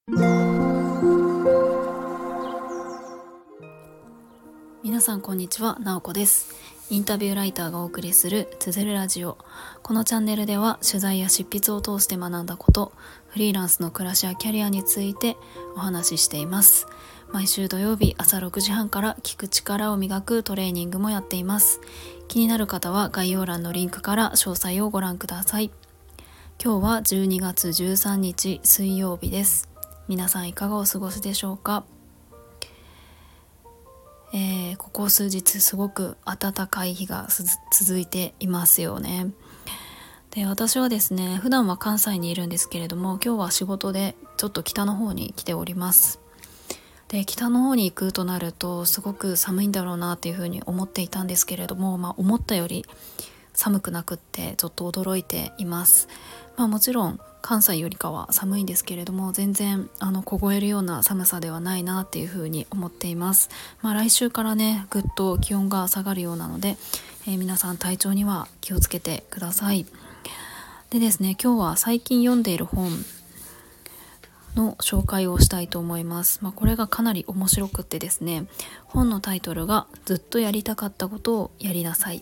皆さんこんにちは、なおこです。インタビューライターがお送りするつづるラジオ。このチャンネルでは取材や執筆を通して学んだこと、フリーランスの暮らしやキャリアについてお話ししています。毎週土曜日朝6時半から聞く力を磨くトレーニングもやっています。気になる方は概要欄のリンクから詳細をご覧ください。今日は12月13日水曜日です。皆さんいかがお過ごしでしょうか。ここ数日すごく暖かい日が続いていますよね。で、私はですね、普段は関西にいるんですけれども、今日は仕事でちょっと北の方に来ております。で、北の方に行くとなるとすごく寒いんだろうなっていうふうに思っていたんですけれども、思ったより寒くなくってちょっと驚いています。もちろん関西よりかは寒いんですけれども、全然凍えるような寒さではないなっていうふうに思っています。来週からねぐっと気温が下がるようなので、皆さん体調には気をつけてください。でですね、今日は最近読んでいる本の紹介をしたいと思います。これがかなり面白くってですね、本のタイトルがずっとやりたかったことをやりなさい。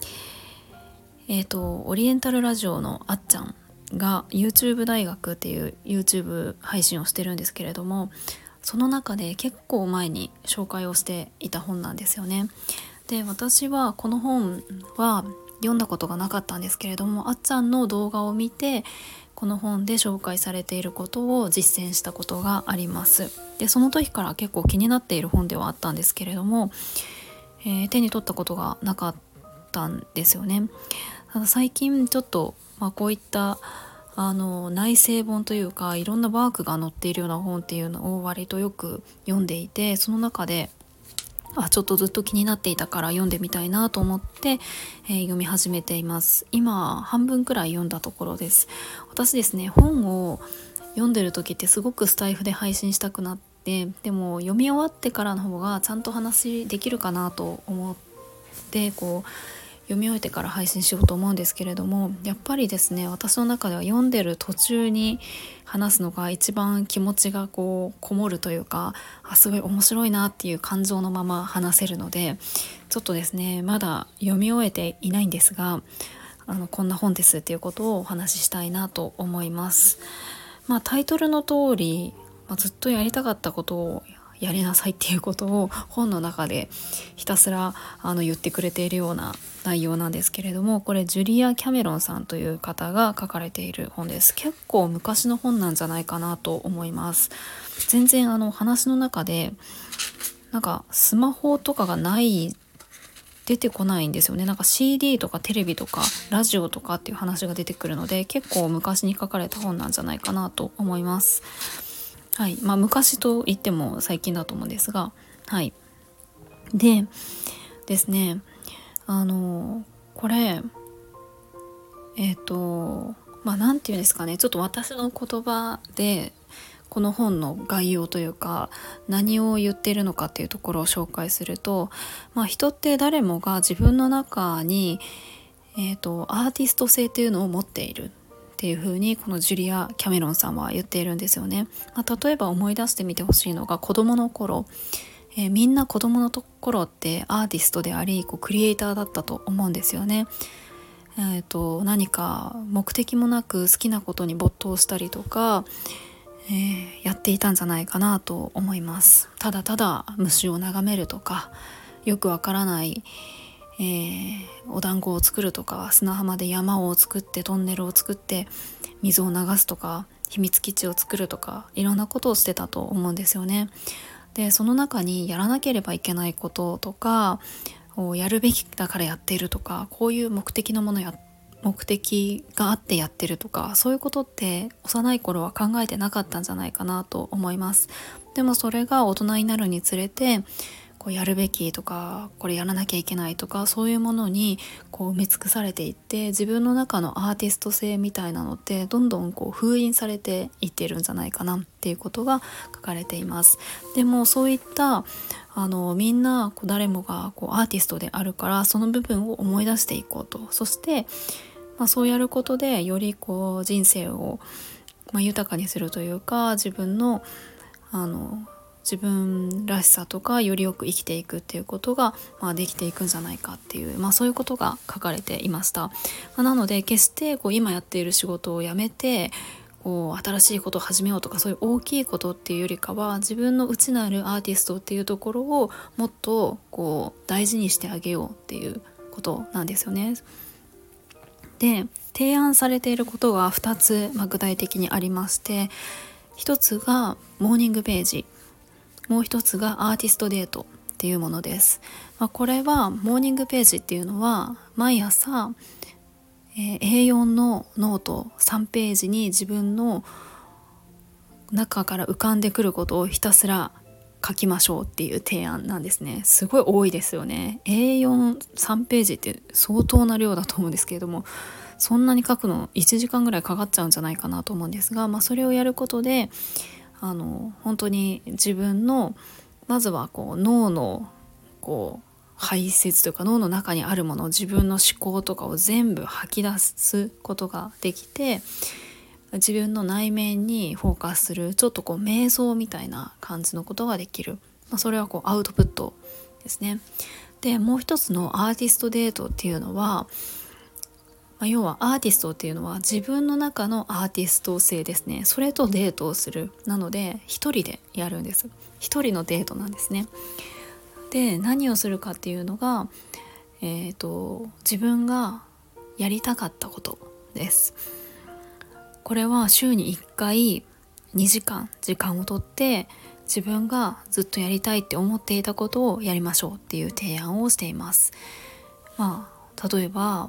オリエンタルラジオのあっちゃんが YouTube 大学っていう YouTube 配信をしてるんですけれども、その中で結構前に紹介をしていた本なんですよね。で、私はこの本は読んだことがなかったんですけれども、あっちゃんの動画を見てこの本で紹介されていることを実践したことがあります。で、その時から結構気になっている本ではあったんですけれども、手に取ったことがなかったんですよね。ただ最近ちょっと、こういった内製本というか、いろんなワークが載っているような本っていうのを割とよく読んでいて、その中でちょっとずっと気になっていたから読んでみたいなと思って、読み始めています。今半分くらい読んだところです。私ですね、本を読んでる時ってすごくスタイフで配信したくなって、でも読み終わってからの方がちゃんと話できるかなと思って読み終えてから配信しようと思うんですけれども、やっぱりですね、私の中では読んでる途中に話すのが一番気持ちがこもるというか、すごい面白いなっていう感情のまま話せるので、ちょっとですね、まだ読み終えていないんですが、こんな本ですっていうことをお話ししたいなと思います。タイトルの通り、ずっとやりたかったことをやりなさいっていうことを本の中でひたすら言ってくれているような内容なんですけれども、これジュリア・キャメロンさんという方が書かれている本です。結構昔の本なんじゃないかなと思います。全然話の中でスマホとかが出てこないんですよね。CD とかテレビとかラジオとかっていう話が出てくるので、結構昔に書かれた本なんじゃないかなと思います。はい。昔と言っても最近だと思うんですが、はい。でですね、これなんていうんですかね、ちょっと私の言葉でこの本の概要というか何を言っているのかっていうところを紹介すると、人って誰もが自分の中にアーティスト性っていうのを持っているっていう風にこのジュリア・キャメロンさんは言っているんですよね。例えば思い出してみてほしいのが子供の頃、みんな子供の頃ってアーティストでありクリエイターだったと思うんですよね。何か目的もなく好きなことに没頭したりとか、やっていたんじゃないかなと思います。ただただ虫を眺めるとか、よくわからない、お団子を作るとか、砂浜で山を作ってトンネルを作って水を流すとか、秘密基地を作るとか、いろんなことをしてたと思うんですよね。で、その中にやらなければいけないこととか、やるべきだからやっているとか、こういう目的があってやってるとか、そういうことって幼い頃は考えてなかったんじゃないかなと思います。でもそれが大人になるにつれて、やるべきとか、これやらなきゃいけないとか、そういうものに埋め尽くされていって、自分の中のアーティスト性みたいなのってどんどん封印されていってるんじゃないかなっていうことが書かれています。でもそういったみんな誰もがアーティストであるから、その部分を思い出していこうと。そして、そうやることでより人生を豊かにするというか、自分の自分らしさとかよりよく生きていくっていうことが、できていくんじゃないかっていう、そういうことが書かれていました。なので決して今やっている仕事を辞めて新しいことを始めようとか、そういう大きいことっていうよりかは、自分の内なるアーティストっていうところをもっと大事にしてあげようっていうことなんですよね。で、提案されていることが2つ、具体的にありまして、1つがモーニングページ、もう1つがアーティストデートっていうものです。これはモーニングページっていうのは毎朝、A4 のノート3ページに自分の中から浮かんでくることをひたすら書きましょうっていう提案なんですね。すごい多いですよね。 A43 ページって相当な量だと思うんですけれども、そんなに書くの1時間ぐらいかかっちゃうんじゃないかなと思うんですが、それをやることで本当に自分のまずは脳の排泄というか、脳の中にあるもの、自分の思考とかを全部吐き出すことができて、自分の内面にフォーカスする、ちょっと瞑想みたいな感じのことができる、それはアウトプットですね。で、もう一つのアーティストデートっていうのは、要はアーティストっていうのは自分の中のアーティスト性ですね。それとデートをする。なので一人でやるんです。一人のデートなんですね。で、何をするかっていうのが、自分がやりたかったことです。これは週に1回2時間時間をとって、自分がずっとやりたいって思っていたことをやりましょうっていう提案をしています。例えば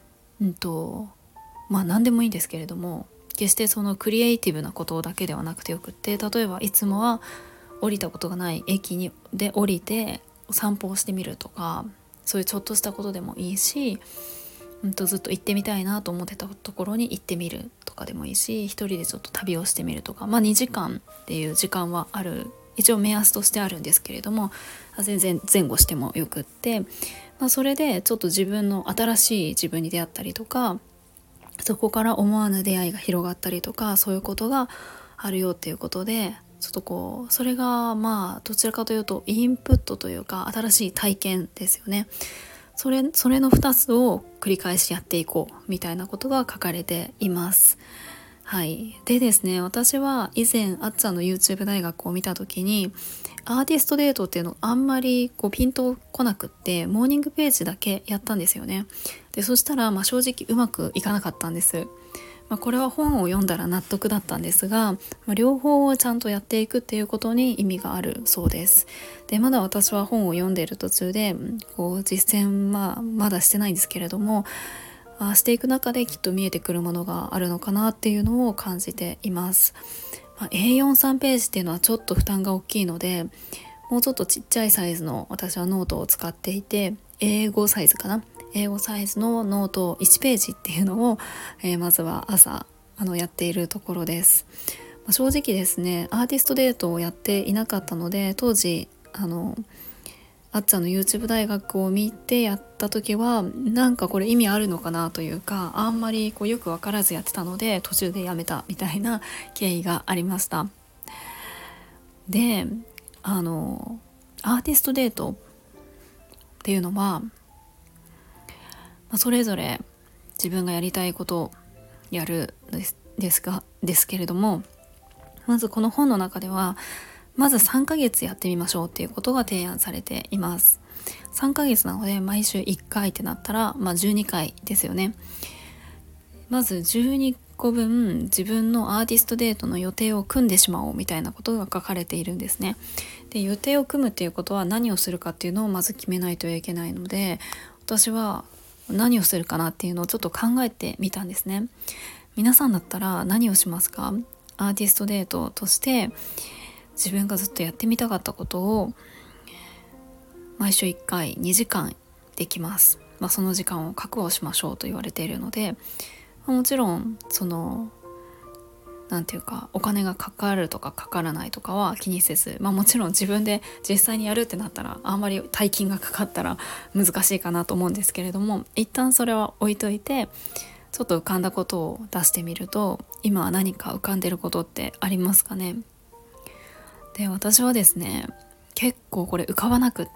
何でもいいんですけれども、決してそのクリエイティブなことだけではなくてよくって、例えばいつもは降りたことがない駅で降りて散歩をしてみるとか、そういうちょっとしたことでもいいし、ずっと行ってみたいなと思ってたところに行ってみるとかでもいいし、一人でちょっと旅をしてみるとか、2時間っていう時間はある、一応目安としてあるんですけれども、全然前後してもよくって、それでちょっと自分の新しい自分に出会ったりとか、そこから思わぬ出会いが広がったりとか、そういうことがあるよっていうことで、ちょっとそれがどちらかというとインプットというか、新しい体験ですよね。それの2つを繰り返しやっていこうみたいなことが書かれています。はい。でですね、私は以前あっちゃんの YouTube 大学を見た時に、アーティストデートっていうのあんまりピンとこなくって、モーニングページだけやったんですよね。で、そしたら正直うまくいかなかったんです。これは本を読んだら納得だったんですが、両方をちゃんとやっていくっていうことに意味があるそうです。で、まだ私は本を読んでいる途中で実践はまだしてないんですけれども、していく中できっと見えてくるものがあるのかなっていうのを感じています。A43 ページっていうのはちょっと負担が大きいので、もうちょっとちっちゃいサイズの私はノートを使っていて、英語サイズかな、英語サイズのノート1ページっていうのを、まずは朝やっているところです。正直ですね、アーティストデートをやっていなかったので、当時あっちゃんの YouTube 大学を見てやった時は、なんかこれ意味あるのかなというか、あんまりよく分からずやってたので途中でやめたみたいな経緯がありました。で、アーティストデートっていうのは、それぞれ自分がやりたいことをやるですけれども、まずこの本の中ではまず3ヶ月やってみましょうっていうことが提案されています。3ヶ月なので毎週1回ってなったら、12回ですよね。まず12個分自分のアーティストデートの予定を組んでしまおうみたいなことが書かれているんですね。で、予定を組むっていうことは何をするかっていうのをまず決めないといけないので、私は何をするかなっていうのをちょっと考えてみたんですね。皆さんだったら何をしますか？アーティストデートとして自分がずっとやってみたかったことを毎週1回2時間できます。その時間を確保しましょうと言われているので、もちろんなんていうか、お金がかかるとかかからないとかは気にせず、もちろん自分で実際にやるってなったらあんまり大金がかかったら難しいかなと思うんですけれども、一旦それは置いといて、 ちょっと浮かんだことを出してみると、今は何か浮かんでることってありますかね。で、私はですね、結構これ浮かばなくって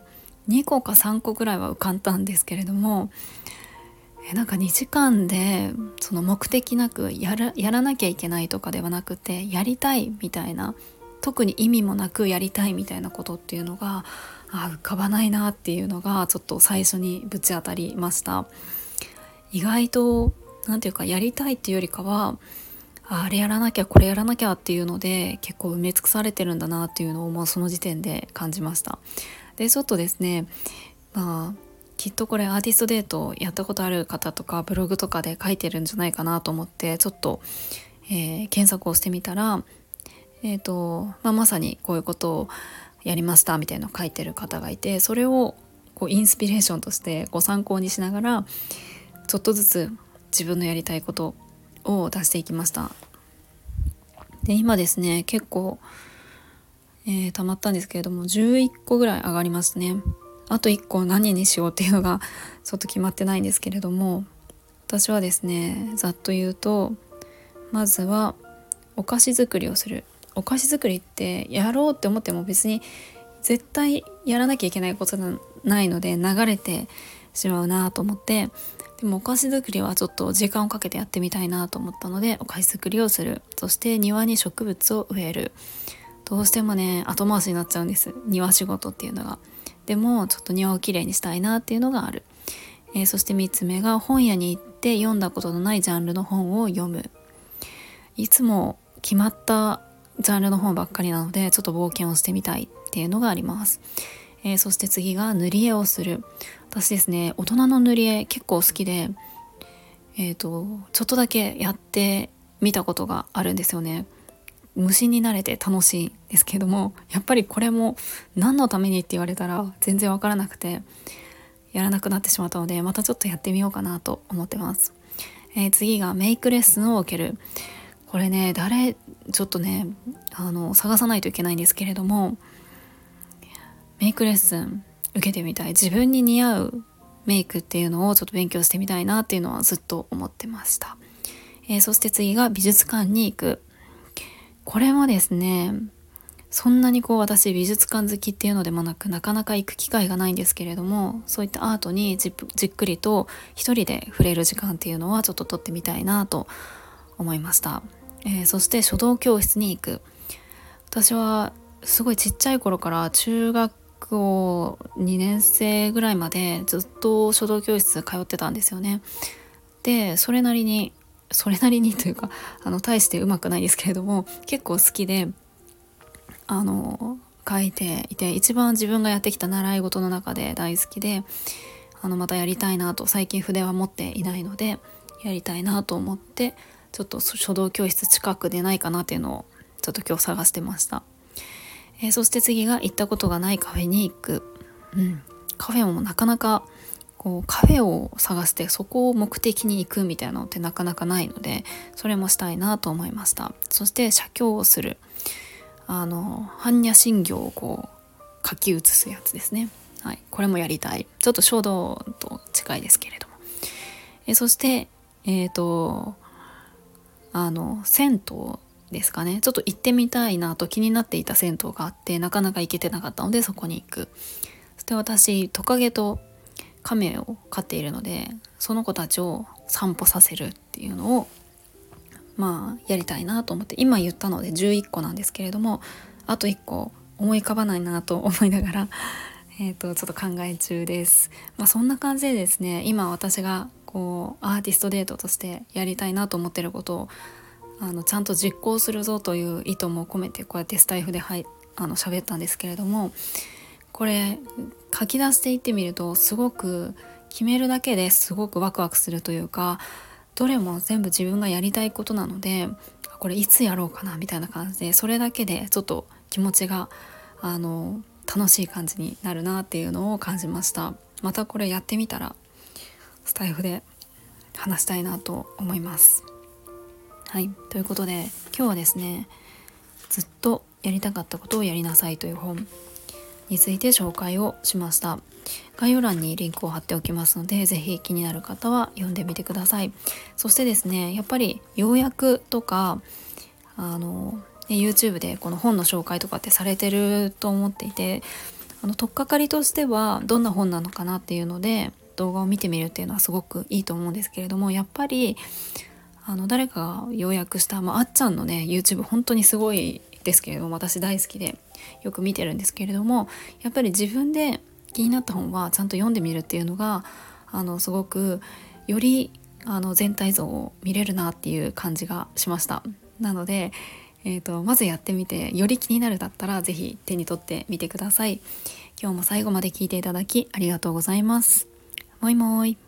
、2個か3個ぐらいは浮かんだんですけれども、なんか2時間でその目的なくやらなきゃいけないとかではなくて、やりたいみたいな、特に意味もなくやりたいみたいなことっていうのが浮かばないなっていうのがちょっと最初にぶち当たりました。意外となんていうか、やりたいっていうよりかは、あれやらなきゃこれやらなきゃっていうので結構埋め尽くされてるんだなっていうのをもうその時点で感じました。でちょっとですね、きっとこれアーティストデートやったことある方とかブログとかで書いてるんじゃないかなと思ってちょっと、検索をしてみたら、まさにこういうことをやりましたみたいなのを書いてる方がいて、それをこうインスピレーションとしてご参考にしながらちょっとずつ自分のやりたいことを出していきました。で今ですね、結構、溜まったんですけれども11個ぐらい上がりますね。あと1個何にしようっていうのがちょっと決まってないんですけれども、私はですね、ざっと言うと、まずはお菓子作りをする。お菓子作りってやろうって思っても別に絶対やらなきゃいけないことじゃないので流れてしまうなと思って、でもお菓子作りはちょっと時間をかけてやってみたいなと思ったのでお菓子作りをする。そして庭に植物を植える。どうしてもね後回しになっちゃうんです、庭仕事っていうのが。でもちょっと庭をきれいにしたいなっていうのがある。そして3つ目が本屋に行って読んだことのないジャンルの本を読む。いつも決まったジャンルの本ばっかりなのでちょっと冒険をしてみたいっていうのがあります。そして次が塗り絵をする。私ですね、大人の塗り絵結構好きで、ちょっとだけやってみたことがあるんですよね。無心になれて楽しいんですけども、やっぱりこれも何のためにって言われたら全然わからなくてやらなくなってしまったので、またちょっとやってみようかなと思ってます。次がメイクレッスンを受ける。これねちょっとね探さないといけないんですけれども、メイクレッスン受けてみたい。自分に似合うメイクっていうのをちょっと勉強してみたいなっていうのはずっと思ってました。そして次が美術館に行く。これはですね、そんなにこう私美術館好きっていうのでもなく、なかなか行く機会がないんですけれども、そういったアートにじっくりと一人で触れる時間っていうのはちょっと取ってみたいなと思いました。そして書道教室に行く。私はすごいちっちゃい頃から中学校2年生ぐらいまでずっと書道教室通ってたんですよね。でそれなりにというか大してうまくないですけれども結構好きで書いていて、一番自分がやってきた習い事の中で大好きで、またやりたいなと、最近筆は持っていないのでやりたいなと思って、ちょっと書道教室近くでないかなっていうのをちょっと今日探してました。そして次が行ったことがないカフェに行く。カフェもなかなかこうカフェを探してそこを目的に行くみたいなのってなかなかないので、それもしたいなと思いました。そして写経をする。般若心経をこう書き写すやつですね。はい、これもやりたい。ちょっと書道と近いですけれども。そして銭湯ですかね。ちょっと行ってみたいなと気になっていた銭湯があってなかなか行けてなかったのでそこに行く。そして私トカゲとカメを飼っているので、その子たちを散歩させるっていうのをやりたいなと思って、今言ったので11個なんですけれども、あと1個思い浮かばないなと思いながらちょっと考え中です。そんな感じでですね、今私がこうアーティストデートとしてやりたいなと思ってることをちゃんと実行するぞという意図も込めてこうやってスタイフで喋ったんですけれども、これ書き出していってみるとすごく決めるだけですごくワクワクするというか、どれも全部自分がやりたいことなので、これいつやろうかなみたいな感じで、それだけでちょっと気持ちが楽しい感じになるなっていうのを感じました。またこれやってみたらスタイフで話したいなと思います。はい、ということで今日はですね、ずっとやりたかったことをやりなさいという本について紹介をしました。概要欄にリンクを貼っておきますので、ぜひ気になる方は読んでみてください。そしてですね、やっぱり要約とかYouTube でこの本の紹介とかってされてると思っていて、取っかかりとしてはどんな本なのかなっていうので動画を見てみるっていうのはすごくいいと思うんですけれども、やっぱり誰かが要約した、あっちゃんのね YouTube 本当にすごいですけれども、私大好きでよく見てるんですけれども、やっぱり自分で気になった本はちゃんと読んでみるっていうのがすごくより全体像を見れるなっていう感じがしました。なので、まずやってみて、より気になるだったらぜひ手に取ってみてください。今日も最後まで聞いていただきありがとうございます。もいもーい。